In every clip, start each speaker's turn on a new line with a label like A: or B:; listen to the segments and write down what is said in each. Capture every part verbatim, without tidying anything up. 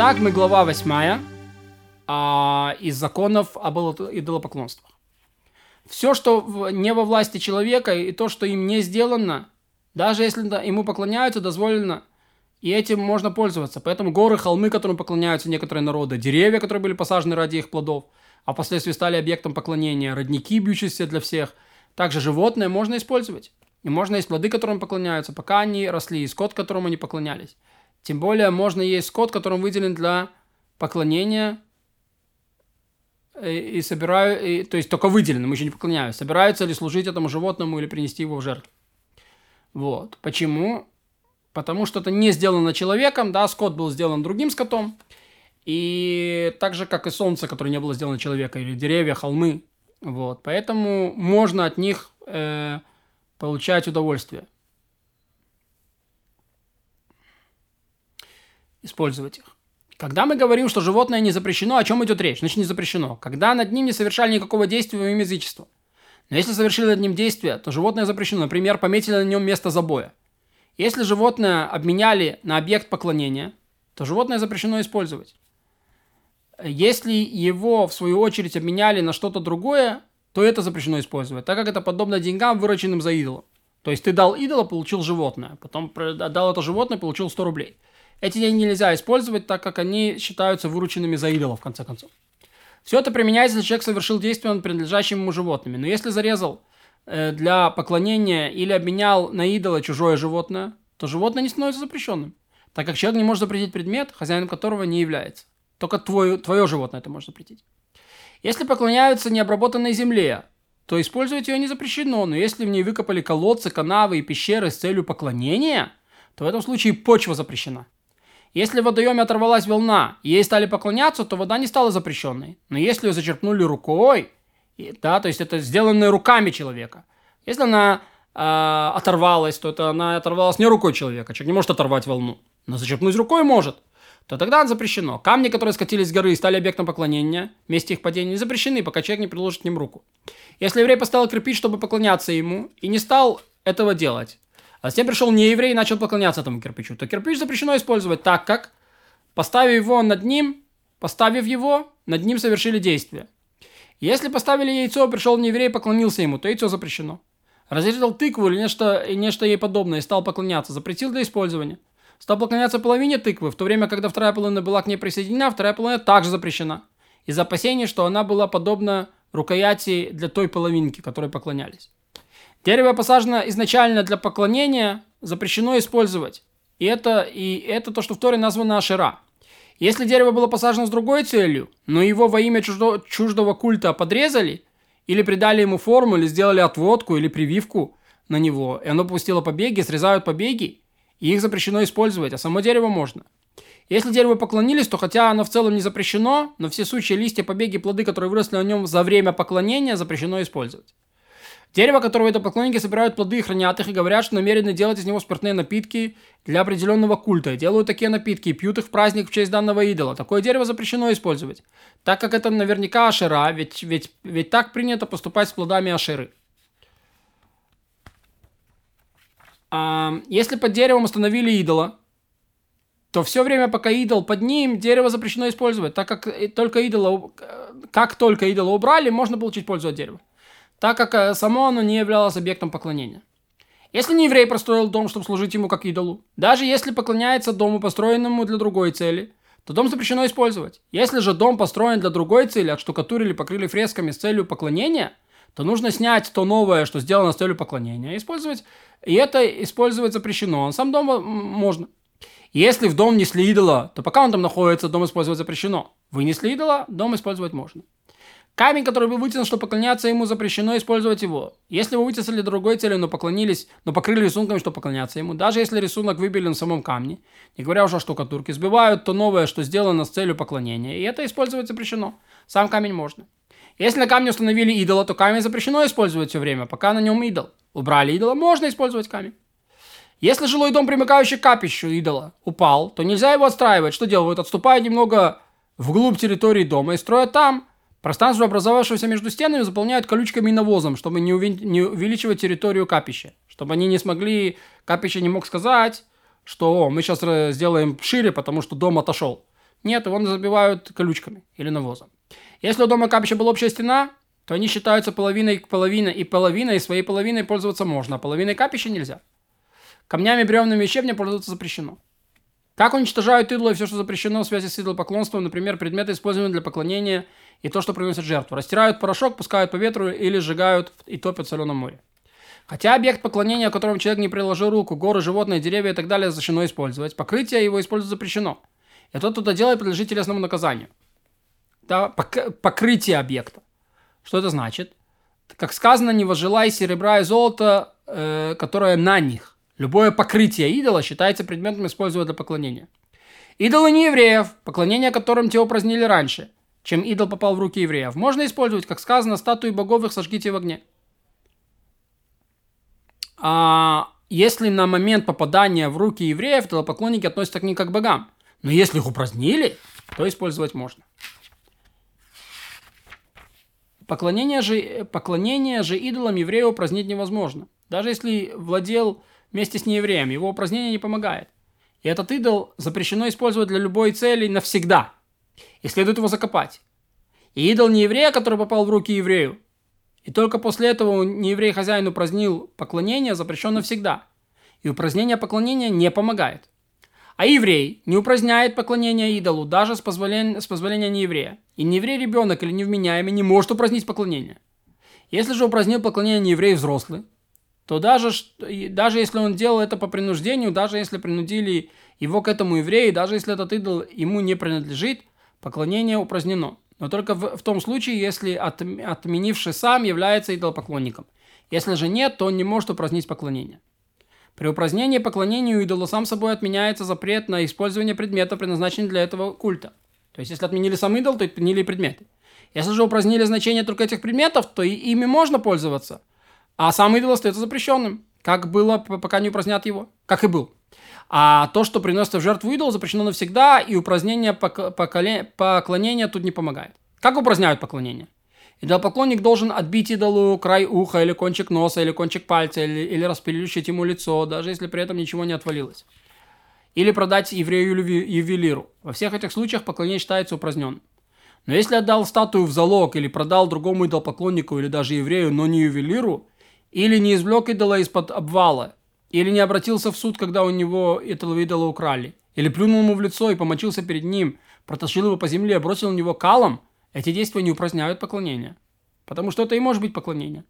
A: Итак, мы глава восьмая а, из законов об идолопоклонствах. Все, что не во власти человека, и то, что им не сделано, даже если ему поклоняются, дозволено, и этим можно пользоваться. Поэтому горы, холмы, которым поклоняются некоторые народы, деревья, которые были посажены ради их плодов, а впоследствии стали объектом поклонения, родники, бьющиеся для всех, также животные можно использовать. И можно есть плоды, которым поклоняются, пока они росли, и скот, которому они поклонялись. Тем более можно есть скот, которым выделен для поклонения, и, и собираю, и, то есть только выделенным, еще не поклоняюсь. Собираются ли служить этому животному или принести его в жертву. Вот. Почему? Потому что это не сделано человеком, да, скот был сделан другим скотом, и так же, как и солнце, которое не было сделано человеком, или деревья, холмы. Вот. Поэтому можно от них э, получать удовольствие. Использовать их. Когда мы говорим, что животное не запрещено, о чем идет речь? Значит, не запрещено. Когда над ним не совершали никакого действия во имя язычества. Но если совершили над ним действие, то животное запрещено. Например, пометили на нем место забоя. Если животное обменяли на объект поклонения, то животное запрещено использовать. Если его, в свою очередь, обменяли на что-то другое, то это запрещено использовать, так как это подобно деньгам, вырученным за идола. То есть ты дал идола, получил животное, потом отдал это животное, получил сто рублей. Эти деньги нельзя использовать, так как они считаются вырученными за идола, в конце концов. Все это применяется, если человек совершил действие над принадлежащими ему животными. Но если зарезал э, для поклонения или обменял на идола чужое животное, то животное не становится запрещенным, так как человек не может запретить предмет, хозяином которого не является. Только твое, твое животное это может запретить. Если поклоняются необработанной земле, то использовать ее не запрещено, но если в ней выкопали колодцы, канавы и пещеры с целью поклонения, то в этом случае почва запрещена. Если в водоеме оторвалась волна, и ей стали поклоняться, то вода не стала запрещенной. Но если ее зачерпнули рукой, да, то есть это сделанное руками человека, если она э, оторвалась, то это она оторвалась не рукой человека, человек не может оторвать волну, но зачерпнуть рукой может, то тогда это запрещено. Камни, которые скатились с горы и стали объектом поклонения, в месте их падения, не запрещены, пока человек не приложит к ним руку. Если еврей поставил кирпич, чтобы поклоняться ему, и не стал этого делать, а затем пришел нееврей и начал поклоняться этому кирпичу, то кирпич запрещено использовать, так как, поставив его над ним, поставив его, над ним совершили действие. Если поставили яйцо, пришел нееврей и поклонился ему, то яйцо запрещено. Разрезал тыкву или нечто, и нечто ей подобное и стал поклоняться, запретил для использования. Стал поклоняться половине тыквы, в то время, когда вторая половина была к ней присоединена, вторая половина также запрещена. Из-за опасений, что она была подобна рукояти для той половинки, которой поклонялись. Дерево посажено изначально для поклонения, запрещено использовать. И это, и это то, что в Торе названо ашера. Если дерево было посажено с другой целью, но его во имя чуждо, чуждого культа подрезали, или придали ему форму, или сделали отводку, или прививку на него, и оно пустило побеги, срезают побеги, и их запрещено использовать, а само дерево можно. Если дереву поклонились, то хотя оно в целом не запрещено, но все сучья, листья, побеги, плоды, которые выросли на нем за время поклонения, запрещено использовать. Дерево, которого это поклонники собирают плоды и хранят их, и говорят, что намерены делать из него спиртные напитки для определенного культа. И делают такие напитки и пьют их в праздник в честь данного идола. Такое дерево запрещено использовать, так как это наверняка ашера, ведь, ведь, ведь так принято поступать с плодами ашеры. А если под деревом установили идола, то все время, пока идол под ним, дерево запрещено использовать, так как только идола, как только идола убрали, можно получить пользу от дерева, так как само оно не являлось объектом поклонения. Если не еврей построил дом, чтобы служить ему как идолу, даже если поклоняется дому, построенному для другой цели, то дом запрещено использовать. Если же дом построен для другой цели, отштукатурили, покрыли фресками с целью поклонения, то нужно снять то новое, что сделано с целью поклонения, и использовать. И это использовать запрещено. А сам дом можно. Если в дом несли идола, то пока он там находится, дом использовать запрещено. Вынесли идола, дом использовать можно. Камень, который был вытесан, чтобы поклоняться ему, запрещено использовать его. Если вы вытесали для другой цели, но поклонились, но покрыли рисунками, чтобы поклоняться ему, даже если рисунок выбелен в самом камне, не говоря уже о штукатурке, сбивают то новое, что сделано с целью поклонения, и это использовать запрещено. Сам камень можно. Если на камне установили идола, то камень запрещено использовать все время, пока на нем идол. Убрали идола, можно использовать камень. Если жилой дом, примыкающий к капищу идола, упал, то нельзя его отстраивать. Что делают? Отступают немного вглубь территории дома и строят там. Пространство, образовавшееся между стенами, заполняют колючками и навозом, чтобы не, уви... не увеличивать территорию капища. Чтобы они не смогли, капище не мог сказать, что мы сейчас сделаем шире, потому что дом отошел. Нет, его забивают колючками или навозом. Если у дома капища была общая стена, то они считаются половиной к половине, и половиной, и своей половиной пользоваться можно, а половиной капища нельзя. Камнями, бревнами и щебнем пользоваться запрещено. Как уничтожают идолы и все, что запрещено в связи с идолопоклонством, например, предметы, используемые для поклонения и то, что приносят жертву. Растирают порошок, пускают по ветру или сжигают и топят в соленом море. Хотя объект поклонения, о котором человек не приложил руку, горы, животные, деревья и так далее, разрешено использовать, покрытие его использовать запрещено. И тот, кто это делает, подлежит телесному наказанию. Да, пок- покрытие объекта. Что это значит? Как сказано, не возжелай серебра и золота, э, которое на них. Любое покрытие идола считается предметом, используемого для поклонения. Идолы не евреев, поклонение которым те упразднили раньше, чем идол попал в руки евреев, можно использовать, как сказано, статуи богов их сожгите в огне. А если на момент попадания в руки евреев идолопоклонники относятся к ним как к богам, но если их упразднили, то использовать можно. Поклонение же, поклонение же идолам еврею упразднить невозможно. Даже если владел вместе с неевреем, его упразднение не помогает. И этот идол запрещено использовать для любой цели навсегда. И следует его закопать. И идол нееврея, который попал в руки еврею, и только после этого нееврей хозяин упразднил поклонение, запрещено навсегда. И упразднение поклонения не помогает. А еврей не упраздняет поклонение идолу даже с позволения, с позволения нееврея. И нееврей ребенок или невменяемый не может упразднить поклонение. Если же упразднил поклонение нееврей взрослый, то даже, даже если он делал это по принуждению, даже если принудили его к этому еврею, даже если этот идол ему не принадлежит, поклонение упразднено. Но только в, в том случае, если от, отменивший сам является идолопоклонником. Если же нет, то он не может упразднить поклонение. При упразднении поклонению идолу сам собой отменяется запрет на использование предметов, предназначенных для этого культа. То есть, если отменили сам идол, то отменили и предметы. Если же упразднили значение только этих предметов, то и ими можно пользоваться. А сам идол остается запрещенным, как было, пока не упразднят его, как и был. А то, что приносится в жертву идолу, запрещено навсегда, и упразднение поклонения тут не помогает. Как упраздняют поклонение? Идолопоклонник должен отбить идолу край уха, или кончик носа, или кончик пальца, или, или распилючить ему лицо, даже если при этом ничего не отвалилось. Или продать еврею-ювелиру. Во всех этих случаях поклонение считается упраздненным. Но если отдал статую в залог, или продал другому идолопоклоннику, или даже еврею, но не ювелиру, или не извлек идола из-под обвала, или не обратился в суд, когда у него этого идола украли, или плюнул ему в лицо и помочился перед ним, протащил его по земле, бросил на него калом, эти действия не упраздняют поклонение. Потому что это и может быть поклонение.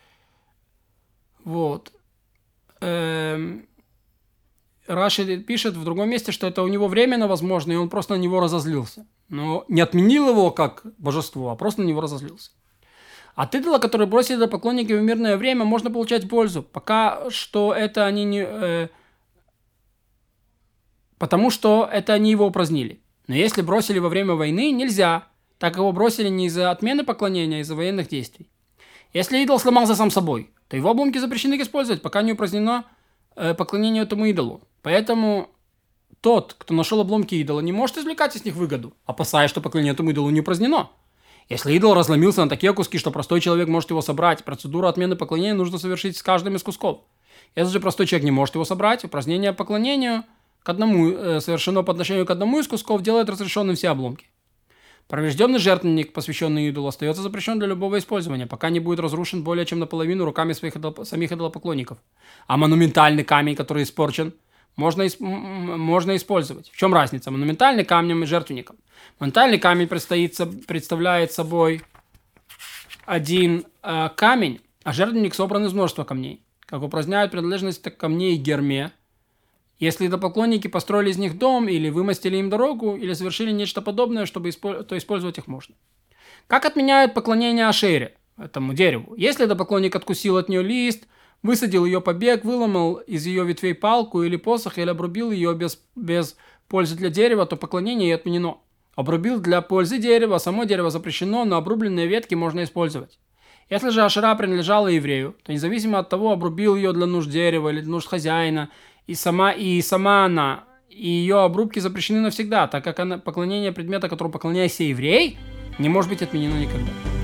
A: Вот. Эм... Раши пишет в другом месте, что это у него временно возможно, и он просто на него разозлился. Но не отменил его как божество, а просто на него разозлился. От идола, который бросили до поклонники в мирное время, можно получать пользу, пока что это они не... Э, потому что это они его упразднили. Но если бросили во время войны, нельзя. Так его бросили не из-за отмены поклонения, а из-за военных действий. Если идол сломался сам собой, то его обломки запрещены использовать, пока не упразднено э, поклонение этому идолу. Поэтому тот, кто нашел обломки идола, не может извлекать из них выгоду, опасаясь, что поклонение этому идолу не упразднено. Если идол разломился на такие куски, что простой человек может его собрать, процедуру отмены поклонения нужно совершить с каждым из кусков. Если же простой человек не может его собрать, упразднение поклонению к одному, э, совершено по отношению к одному из кусков, делает разрешенным все обломки. Поврежденный жертвенник, посвященный идолу, остается запрещен для любого использования, пока не будет разрушен более чем наполовину руками своих идол... самих идолопоклонников. А монументальный камень, который испорчен, можно, исп... можно использовать. В чем разница? Монументальный камнем и жертвенником. Монументальный камень представляет собой один э, камень, а жертвенник собран из множества камней. Как упраздняют принадлежность камней Герме, если идолопоклонники построили из них дом, или вымостили им дорогу, или совершили нечто подобное, чтобы испо... то использовать их можно. Как отменяют поклонение Ашере, этому дереву? Если идолопоклонник откусил от нее лист, высадил ее побег, выломал из ее ветвей палку или посох, или обрубил ее без, без пользы для дерева, то поклонение ей отменено. Обрубил для пользы дерева, само дерево запрещено, но обрубленные ветки можно использовать. Если же Ашера принадлежала еврею, то независимо от того, обрубил ее для нужд дерева или для нужд хозяина, и сама, и сама она, и ее обрубки запрещены навсегда, так как она, поклонение предмета, которому поклоняется еврей, не может быть отменено никогда.